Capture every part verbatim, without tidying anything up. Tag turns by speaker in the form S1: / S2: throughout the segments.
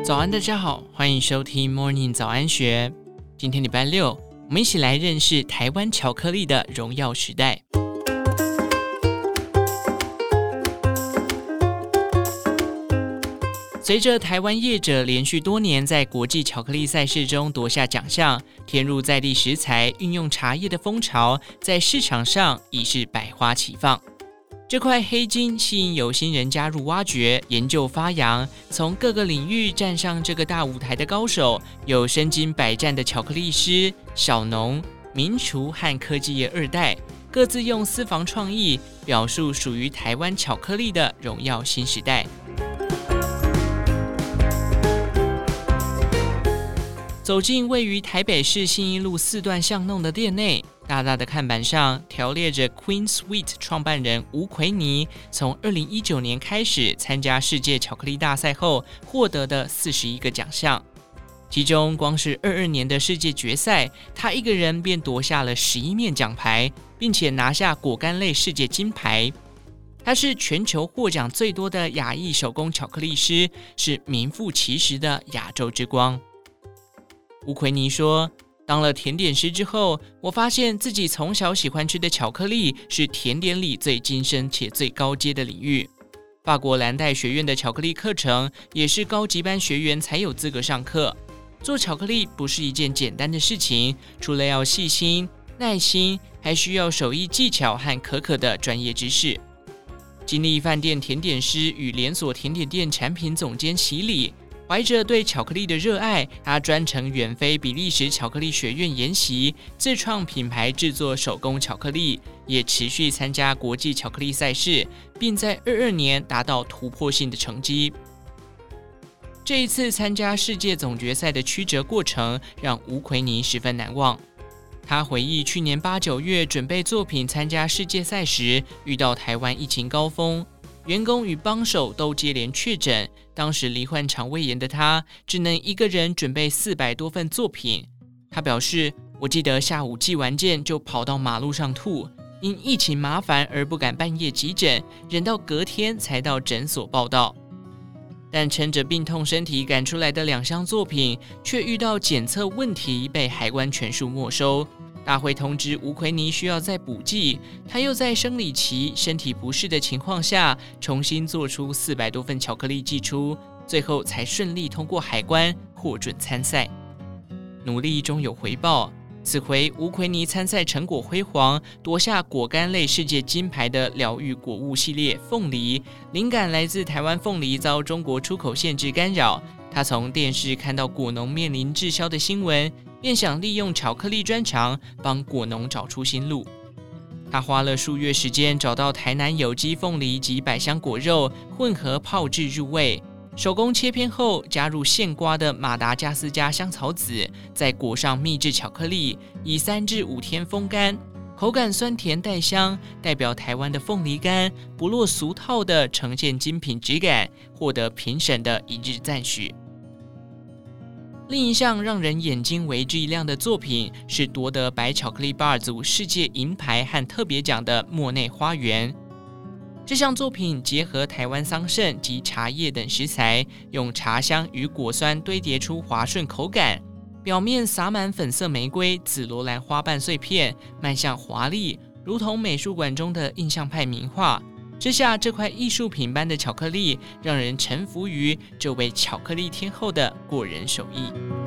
S1: 早安，大家好，欢迎收听 Morning 早安学。今天礼拜六，我们一起来认识台湾巧克力的荣耀时代。随着台湾业者连续多年在国际巧克力赛事中夺下奖项，添入在地食材、运用茶叶的风潮，在市场上已是百花齐放。这块黑金吸引有心人加入挖掘、研究、发扬，从各个领域站上这个大舞台的高手，有身经百战的巧克力师、小农、名厨和科技业二代，各自用私房创意表述属于台湾巧克力的荣耀新时代。走进位于台北市信义路四段巷弄的店内，大大的看板上条列着 Queen Sweet 创办人吴奎妮从二零一九年开始参加世界巧克力大赛后获得的四十一个奖项，其中光是二二年的世界决赛，他一个人便夺下了十一面奖牌，并且拿下果干类世界金牌。他是全球获奖最多的亚裔手工巧克力师，是名副其实的亚洲之光。吴奎妮说，当了甜点师之后，我发现自己从小喜欢吃的巧克力是甜点里最精深且最高阶的领域。法国蓝带学院的巧克力课程也是高级班学员才有资格上课。做巧克力不是一件简单的事情，除了要细心、耐心，还需要手艺技巧和可可的专业知识。经历饭店甜点师与连锁甜点店产品总监洗礼，怀着对巧克力的热爱，他专程远飞比利时巧克力学院研习，自创品牌制作手工巧克力，也持续参加国际巧克力赛事，并在二二年达到突破性的成绩。这一次参加世界总决赛的曲折过程，让吴奎妮十分难忘。他回忆去年八九月准备作品参加世界赛时，遇到台湾疫情高峰，员工与帮手都接连确诊，当时罹患肠胃炎的他，只能一个人准备四百多份作品。他表示，我记得下午寄完件就跑到马路上吐，因疫情麻烦而不敢半夜急诊，忍到隔天才到诊所报到。但撑着病痛身体赶出来的两项作品，却遇到检测问题，被海关全数没收。大会通知吴奎妮需要再补寄，他又在生理期、身体不适的情况下，重新做出四百多份巧克力寄出，最后才顺利通过海关，获准参赛。努力终有回报，此回吴奎妮参赛成果辉煌，夺下果干类世界金牌的疗愈果物系列凤梨，灵感来自台湾凤梨遭中国出口限制干扰，他从电视看到果农面临滞销的新闻，便想利用巧克力专长帮果农找出新路。他花了数月时间找到台南有机凤梨及百香果肉混合泡制入味，手工切片后加入现刮的马达加斯加香草籽，再裹上秘制巧克力，以三至五天风干，口感酸甜带香，代表台湾的凤梨干不落俗套的呈现精品质感，获得评审的一致赞许。另一项让人眼睛为之一亮的作品是夺得白巧克力 bar 组世界银牌和特别奖的莫内花园。这项作品结合台湾桑葚及茶叶等食材，用茶香与果酸堆叠出滑顺口感，表面撒满粉色玫瑰、紫罗兰花瓣碎片，卖相华丽，如同美术馆中的印象派名画。之下，这块艺术品般的巧克力让人臣服于这位巧克力天后的过人手艺。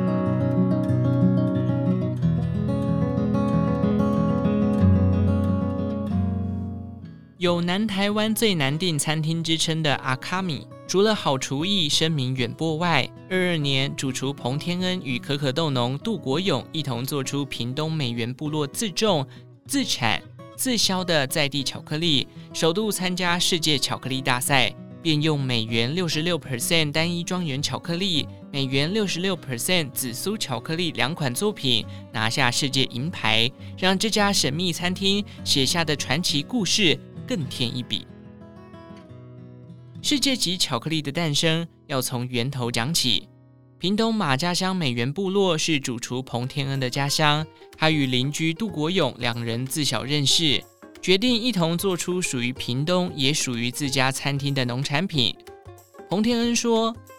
S1: 有南台湾最难订餐厅之称的阿卡米，除了好厨艺声名远播外，二二年主厨彭天恩与可可豆农杜国勇一同做出屏东美元部落自种、自产、自销的在地巧克力，首度参加世界巧克力大赛，便用美元 百分之六十六 单一庄园巧克力、美元 百分之六十六 紫苏巧克力两款作品拿下世界银牌，让这家神秘餐厅写下的传奇故事更添一笔。世界级巧克力的诞生要从源头讲起。屏东马家乡美元部落是主厨彭天恩的家乡，他与邻居杜国勇两人自小认识，决定一同做出属于屏东也属于自家餐厅的农产品。彭天恩说，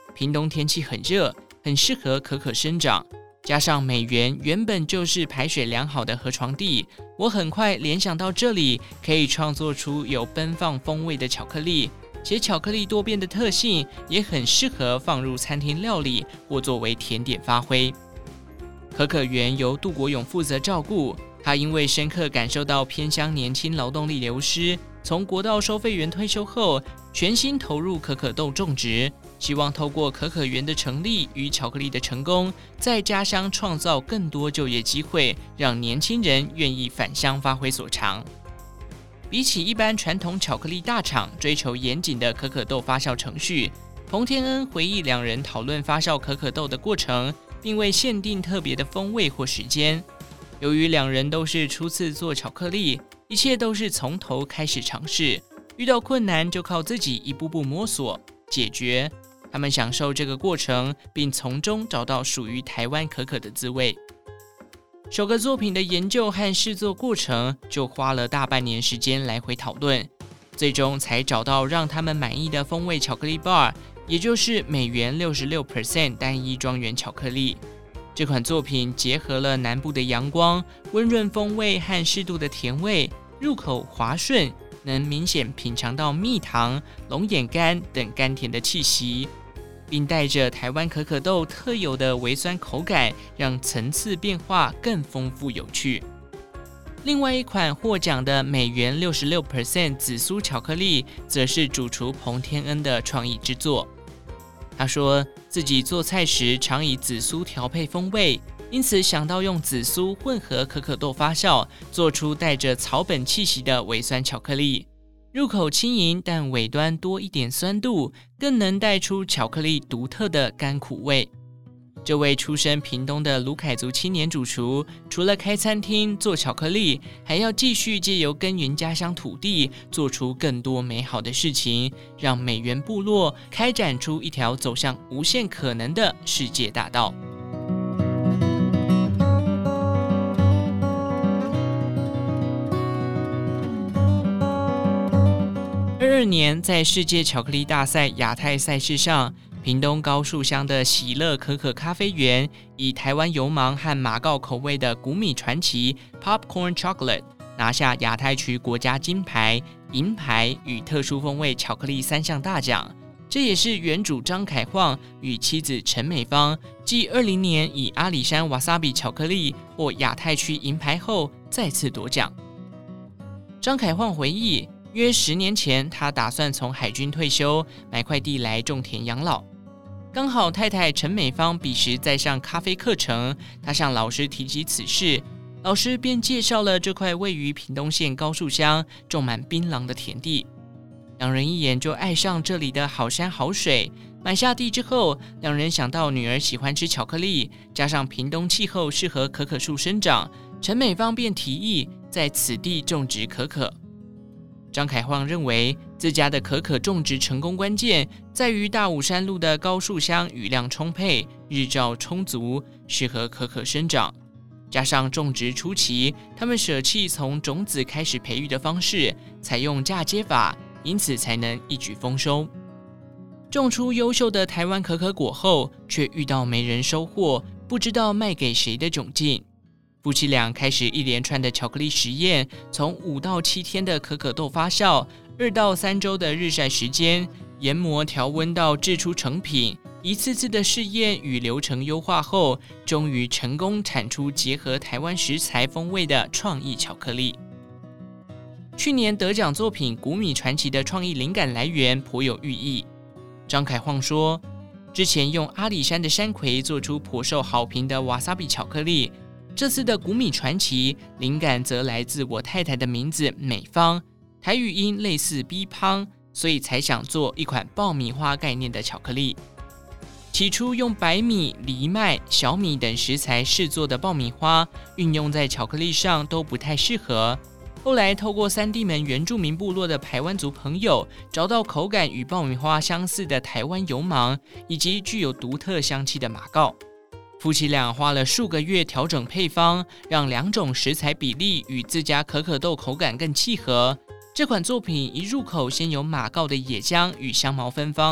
S1: 屏东天气很热，很适合可可生长，加上美园原本就是排水良好的河床地，我很快联想到这里可以创作出有奔放风味的巧克力，且巧克力多变的特性也很适合放入餐厅料理或作为甜点发挥。可可园由杜国勇负责照顾，他因为深刻感受到偏乡年轻劳动力流失，从国道收费员退休后，全心投入可可豆种植，希望透过可可园的成立与巧克力的成功，在家乡创造更多就业机会，让年轻人愿意返乡发挥所长。比起一般传统巧克力大厂追求严谨的可可豆发酵程序，彭天恩回忆两人讨论发酵可可豆的过程，并未限定特别的风味或时间。由于两人都是初次做巧克力，一切都是从头开始尝试，遇到困难就靠自己一步步摸索解决。他们享受这个过程，并从中找到属于台湾可可的滋味。首个作品的研究和试作过程就花了大半年时间来回讨论，最终才找到让他们满意的风味巧克力 bar， 也就是美元 百分之六十六 单一庄园巧克力。这款作品结合了南部的阳光、温润风味和适度的甜味，入口滑顺，能明显品尝到蜜糖、龙眼干等甘甜的气息，并带着台湾可可豆特有的微酸口感，让层次变化更丰富有趣。另外一款获奖的美元 百分之六十六 紫苏巧克力，则是主厨彭天恩的创意之作。他说自己做菜时常以紫苏调配风味，因此想到用紫苏混合可可豆发酵，做出带着草本气息的微酸巧克力。入口轻盈，但尾端多一点酸度，更能带出巧克力独特的甘苦味。这位出身屏东的鲁凯族青年主厨，除了开餐厅做巧克力，还要继续借由耕耘家乡土地，做出更多美好的事情，让美元部落开展出一条走向无限可能的世界大道。二二年，在世界巧克力大赛亚太赛事上，屏东高树乡的喜乐可可咖啡园以台湾油芒和马告口味的谷米传奇 Popcorn Chocolate 拿下亚太区国家金牌、银牌与特殊风味巧克力三项大奖。这也是原主张凯晃与妻子陈美芳继二零年以阿里山瓦萨比巧克力获亚太区银牌后再次夺奖。张凯晃回忆，约十年前，他打算从海军退休，买块地来种田养老。刚好太太陈美芳彼时在上咖啡课程，他向老师提及此事，老师便介绍了这块位于屏东县高树乡、种满槟榔的田地。两人一眼就爱上这里的好山好水。买下地之后，两人想到女儿喜欢吃巧克力，加上屏东气候适合可可树生长，陈美芳便提议在此地种植可可。张凯晃认为，自家的可可种植成功关键在于大武山路的高树乡雨量充沛，日照充足，适合可可生长。加上种植初期，他们舍弃从种子开始培育的方式，采用嫁接法，因此才能一举丰收。种出优秀的台湾可可果后，却遇到没人收获，不知道卖给谁的窘境。夫妻俩开始一连串的巧克力实验，从五到七天的可可豆发酵，二到三周的日晒时间，研磨调温到制出成品，一次次的试验与流程优化后，终于成功产出结合台湾食材风味的创意巧克力。去年得奖作品《谷米传奇》的创意灵感来源颇有寓意。张凯晃说，之前用阿里山的山葵做出颇受好评的瓦萨比巧克力，这次的谷米传奇灵感则来自我太太的名字美芳，台语音类似 B 胖，所以才想做一款爆米花概念的巧克力。起初用白米、藜麦、小米等食材试做的爆米花，运用在巧克力上都不太适合。后来透过三地门原住民部落的排湾族朋友，找到口感与爆米花相似的台湾油芒，以及具有独特香气的马告。夫妻俩花了数个月调整配方，让两种食材比例与自家可可豆口感更契合。这款作品一入口，先有马告的野香与香茅芬芳，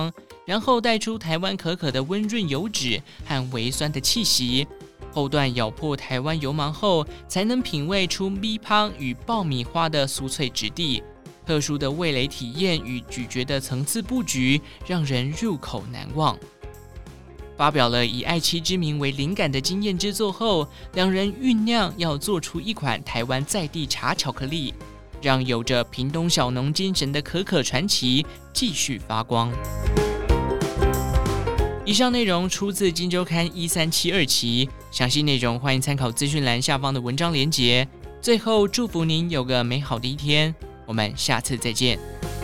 S1: 然后带出台湾可可的温润油脂和微酸的气息。后段咬破台湾油芒后，才能品味出米香与爆米花的酥脆质地。特殊的味蕾体验与咀嚼的层次布局，让人入口难忘。发表了以爱妻之名为灵感的惊艳之作后，两人酝酿要做出一款台湾在地茶巧克力，让有着屏东小农精神的可可传奇继续发光。以上内容出自《今周刊》一三七二期，详细内容欢迎参考资讯栏下方的文章连结。最后，祝福您有个美好的一天，我们下次再见。